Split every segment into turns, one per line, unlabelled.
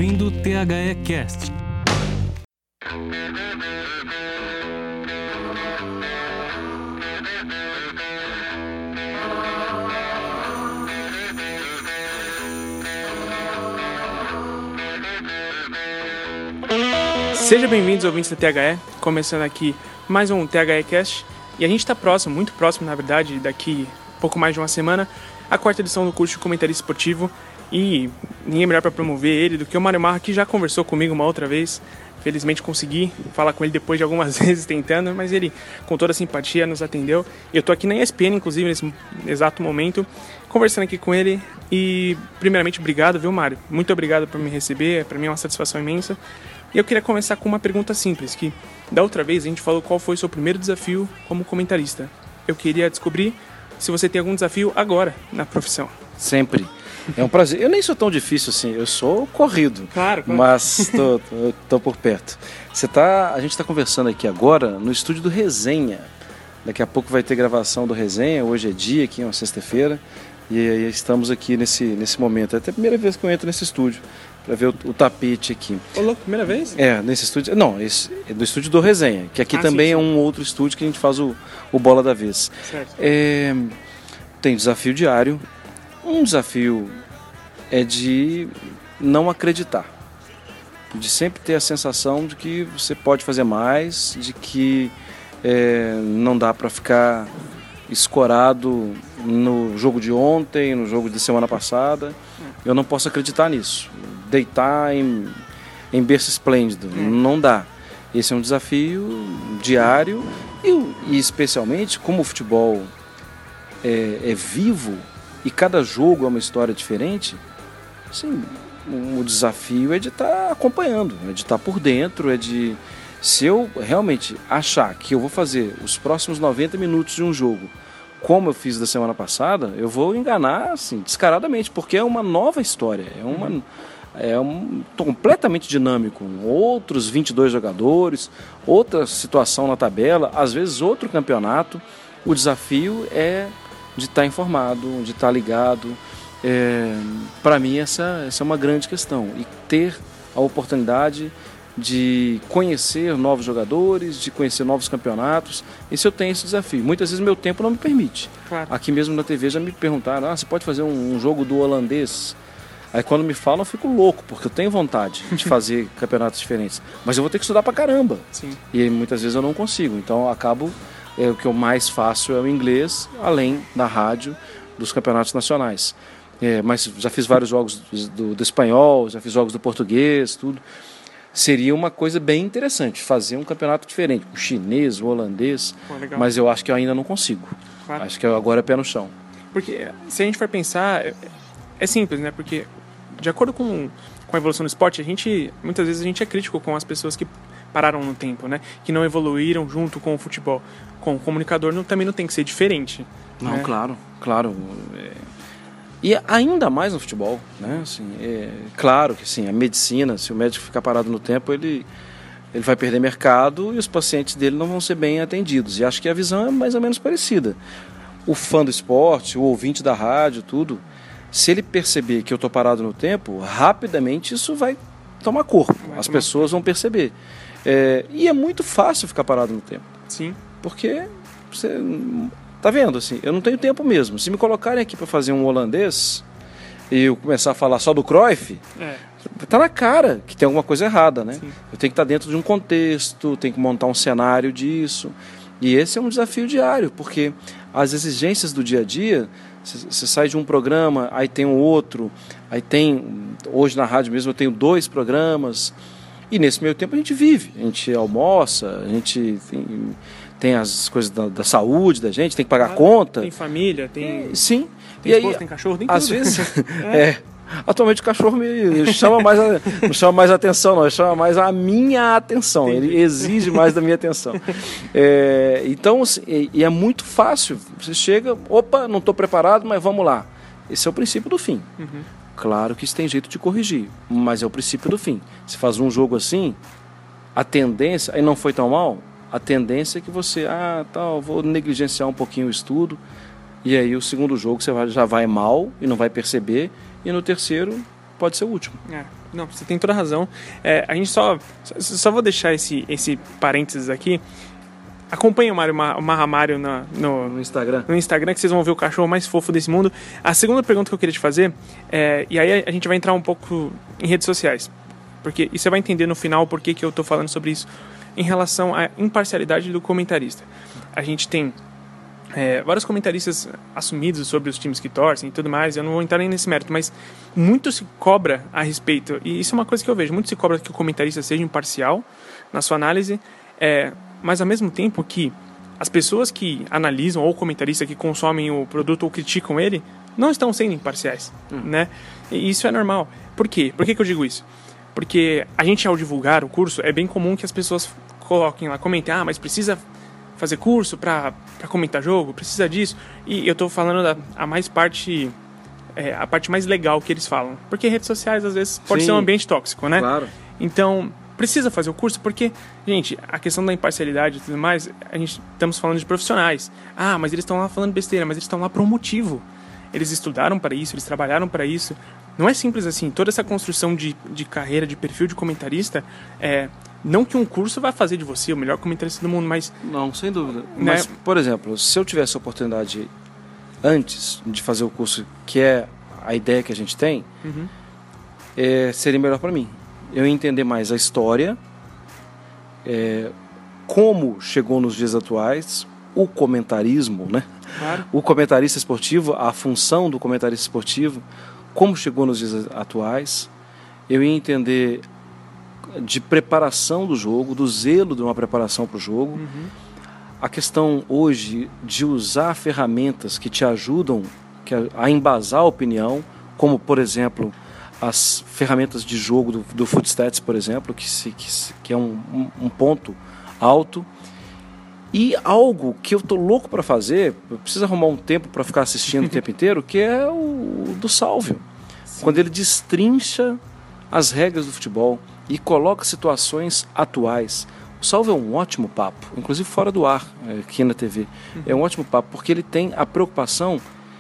ouvindo o THE Cast.
Sejam bem-vindos, ouvintes da THE, começando aqui mais um THE Cast. E a gente está próximo, muito próximo, na verdade, daqui pouco mais de uma semana, a quarta edição do curso de comentarista esportivo. E ninguém melhor para promover ele do que o Mário Marra, que já conversou comigo uma outra vez. Felizmente consegui falar com ele depois de algumas vezes tentando, mas ele com toda a simpatia nos atendeu. Eu tô aqui na ESPN, inclusive, nesse exato momento, conversando aqui com ele. E primeiramente, obrigado, viu, Mário? Muito obrigado por me receber, para mim é uma satisfação imensa. E eu queria começar com uma pergunta simples, que da outra vez a gente falou qual foi o seu primeiro desafio como comentarista. Eu queria descobrir se você tem algum desafio agora na profissão.
Sempre. É um prazer. Eu nem sou tão difícil assim, eu sou corrido.
Claro.
Mas tô por perto. A gente está conversando aqui agora no estúdio do Resenha. Daqui a pouco vai ter gravação do Resenha, hoje é dia, aqui é uma sexta-feira. E aí estamos aqui nesse momento. É até a primeira vez que eu entro nesse estúdio, para ver o tapete aqui.
Ô, louco, primeira vez?
É, nesse estúdio. Não, esse é do estúdio do Resenha, que aqui também sim. É um outro estúdio que a gente faz o Bola da Vez.
Certo.
Tem desafio diário. Um desafio é de não acreditar, de sempre ter a sensação de que você pode fazer mais, de que não dá para ficar escorado no jogo de ontem, no jogo de semana passada. Eu não posso acreditar nisso. Deitar em berço esplêndido, não dá. Esse é um desafio diário e especialmente como o futebol é vivo e cada jogo é uma história diferente, assim, o desafio é de estar acompanhando, é de estar por dentro, se eu realmente achar que eu vou fazer os próximos 90 minutos de um jogo como eu fiz da semana passada, eu vou enganar assim, descaradamente, porque é uma nova história, completamente dinâmico, outros 22 jogadores, outra situação na tabela, às vezes outro campeonato. O desafio é de estar informado, de estar ligado. Para mim essa é uma grande questão, e ter a oportunidade de conhecer novos jogadores, de conhecer novos campeonatos. Esse eu tenho esse desafio. Muitas vezes meu tempo não me permite.
Claro.
Aqui mesmo na TV já me perguntaram: você pode fazer um jogo do holandês? Aí quando me falam eu fico louco, porque eu tenho vontade de fazer campeonatos diferentes, mas eu vou ter que estudar pra caramba.
Sim.
E muitas vezes eu não consigo, então eu acabo, o que eu mais faço é o inglês, além da rádio, dos campeonatos nacionais. Mas já fiz vários jogos do espanhol, já fiz jogos do português, tudo. Seria uma coisa bem interessante, fazer um campeonato diferente, o chinês, o holandês, mas eu acho que eu ainda não consigo. Claro. Acho que agora é pé no chão.
Porque se a gente for pensar, é simples, né? Porque de acordo com a evolução do esporte, muitas vezes a gente é crítico com as pessoas que pararam no tempo, né? Que não evoluíram junto com o futebol. Com o comunicador também não tem que ser diferente.
Não,
né?
Claro. E ainda mais no futebol, né? Assim, claro que assim, a medicina, se o médico ficar parado no tempo, ele vai perder mercado e os pacientes dele não vão ser bem atendidos. E acho que a visão é mais ou menos parecida. O fã do esporte, o ouvinte da rádio, tudo, se ele perceber que eu estou parado no tempo, rapidamente isso vai tomar corpo. As pessoas vão perceber. E é muito fácil ficar parado no tempo.
Sim.
Porque você... Tá vendo, assim, eu não tenho tempo mesmo. Se me colocarem aqui para fazer um holandês e eu começar a falar só do Cruyff, tá na cara que tem alguma coisa errada, né? Sim. Eu tenho que estar dentro de um contexto, tenho que montar um cenário disso. E esse é um desafio diário, porque as exigências do dia a dia, você sai de um programa, aí tem um outro, hoje na rádio mesmo eu tenho 2 programas, e nesse meio tempo a gente vive, a gente almoça, a gente tem as coisas da saúde da gente, tem que pagar conta.
Tem família, tem...
Sim.
Tem esposa, tem cachorro, tem tudo.
Às vezes... Atualmente o cachorro me chama mais não chama mais atenção, não, ele chama mais a minha atenção. Entendi. Ele exige mais da minha atenção. Então, é muito fácil. Você chega, opa, não estou preparado, mas vamos lá. Esse é o princípio do fim.
Uhum.
Claro que isso tem jeito de corrigir, mas é o princípio do fim. Se faz um jogo assim, a tendência, aí não foi tão mal, a tendência é que você, vou negligenciar um pouquinho o estudo, e aí o segundo jogo você já vai mal e não vai perceber, e no terceiro pode ser o último.
Não, você tem toda a razão. A gente só vou deixar esse parênteses aqui. Acompanhe o Marra Mário no
Instagram.
No Instagram, que vocês vão ver o cachorro mais fofo desse mundo. A segunda pergunta que eu queria te fazer, e aí a gente vai entrar um pouco em redes sociais. E você vai entender no final por que eu tô falando sobre isso. Em relação à imparcialidade do comentarista. A gente tem vários comentaristas assumidos sobre os times que torcem e tudo mais. Eu não vou entrar nem nesse mérito, mas muito se cobra a respeito. E isso é uma coisa que eu vejo. Muito se cobra que o comentarista seja imparcial na sua análise. Mas ao mesmo tempo que as pessoas que analisam ou o comentarista que consomem o produto ou criticam ele não estão sendo imparciais, né? E isso é normal. Por quê? Por que eu digo isso? Porque a gente, ao divulgar o curso, é bem comum que as pessoas coloquem lá, comentem, mas precisa fazer curso para comentar jogo, precisa disso. E eu estou falando a parte mais legal que eles falam. Porque redes sociais, às vezes, pode ser um ambiente tóxico, né?
Claro.
Então, precisa fazer o curso porque, gente, a questão da imparcialidade e tudo mais, estamos falando de profissionais. Mas eles estão lá falando besteira, mas eles estão lá por um motivo. Eles estudaram para isso, eles trabalharam para isso. Não é simples assim. Toda essa construção de carreira, de perfil de comentarista, não que um curso vai fazer de você o melhor comentarista do mundo, mas... Não,
sem dúvida. Né? Mas, por exemplo, se eu tivesse a oportunidade antes de fazer o curso, que é a ideia que a gente tem, seria melhor para mim. Eu entender mais a história, como chegou nos dias atuais, o comentarismo, né?
Claro.
O comentarista esportivo, a função do comentarista esportivo, como chegou nos dias atuais. Eu ia entender de preparação do jogo, do zelo de uma preparação para o jogo. A questão hoje de usar ferramentas que te ajudam a embasar a opinião, como, por exemplo, as ferramentas de jogo do Footstats, por exemplo, que é um ponto alto. E algo que eu tô louco para fazer, eu preciso arrumar um tempo para ficar assistindo o tempo inteiro, que é o do Sálvio. Sim. Quando ele destrincha as regras do futebol e coloca situações atuais. O Sálvio é um ótimo papo, inclusive fora do ar, aqui na TV. É um ótimo papo, porque ele tem a preocupação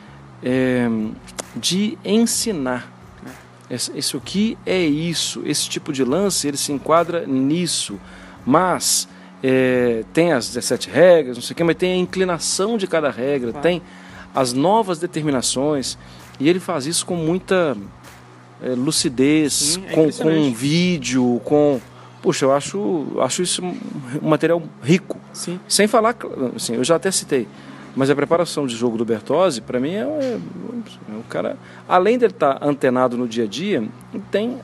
de ensinar. Isso aqui é isso, esse tipo de lance, ele se enquadra nisso, mas tem as 17 regras, não sei o que, mas tem a inclinação de cada regra, claro. Tem as novas determinações, e ele faz isso com muita lucidez. Sim, com vídeo, com... Puxa, eu acho isso um material rico.
Sim.
Sem falar, assim, eu já até citei, mas a preparação de jogo do Bertozzi, para mim, é um cara... Além de ele estar antenado no dia a dia, tem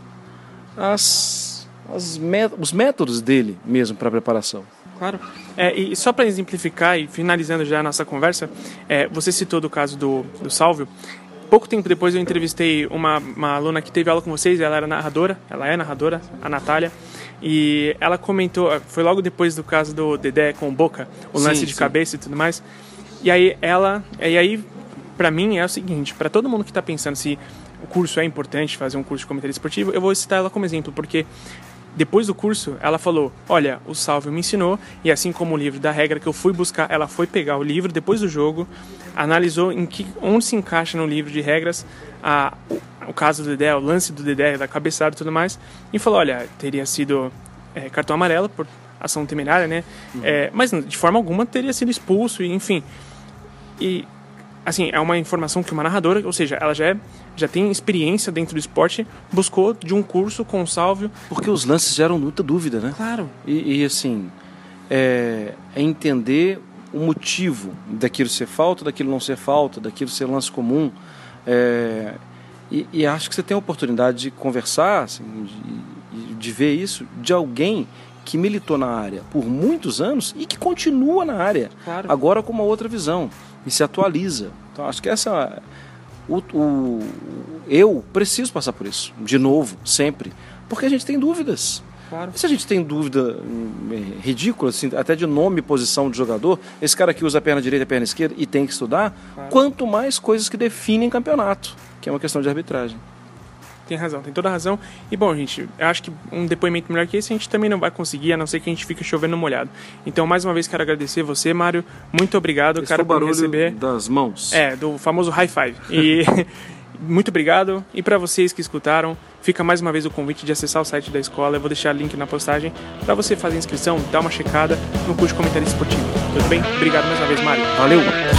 os métodos dele mesmo para a preparação.
Claro. E só para exemplificar e finalizando já a nossa conversa, você citou do caso do Sálvio. Pouco tempo depois eu entrevistei uma aluna que teve aula com vocês, ela é narradora, a Natália, e ela comentou, foi logo depois do caso do Dedé com o Boca, o lance de cabeça e tudo mais, e aí pra mim é o seguinte, pra todo mundo que tá pensando se o curso é importante, fazer um curso de comentário esportivo, eu vou citar ela como exemplo, porque depois do curso, ela falou, olha, o Sálvio me ensinou, e assim como o livro da regra que eu fui buscar, ela foi pegar o livro depois do jogo, analisou onde se encaixa no livro de regras o caso do Dedé, o lance do Dedé, da cabeçada e tudo mais, e falou, olha, teria sido cartão amarelo por ação temerária, né? Mas de forma alguma teria sido expulso, enfim. E, assim, é uma informação que uma narradora, ou seja, ela já tem experiência dentro do esporte, buscou de um curso com o Sálvio.
Porque os lances geram muita dúvida, né?
Claro.
E assim, é entender o motivo daquilo ser falta, daquilo não ser falta, daquilo ser lance comum. E acho que você tem a oportunidade de conversar, assim, de ver isso de alguém que militou na área por muitos anos e que continua na área,
claro.
Agora com uma outra visão e se atualiza. Então acho que eu preciso passar por isso de novo, sempre, porque a gente tem dúvidas.
Claro.
Se a gente tem dúvida ridícula, assim, até de nome e posição de jogador, esse cara aqui usa a perna direita e a perna esquerda e tem que estudar, claro. Quanto mais coisas que definem campeonato, que é uma questão de arbitragem.
Tem razão, tem toda a razão. E bom, gente, eu acho que um depoimento melhor que esse a gente também não vai conseguir, a não ser que a gente fique chovendo molhado. Então, mais uma vez, quero agradecer você, Mário. Muito obrigado, cara, por receber.
Das mãos.
Do famoso high five. E muito obrigado. E para vocês que escutaram, Fica mais uma vez o convite de acessar o site da escola. Eu vou deixar o link na postagem para você fazer a inscrição, dar uma checada no curso de comentarista esportivo. Tudo bem? Obrigado mais uma vez, Mário.
Valeu!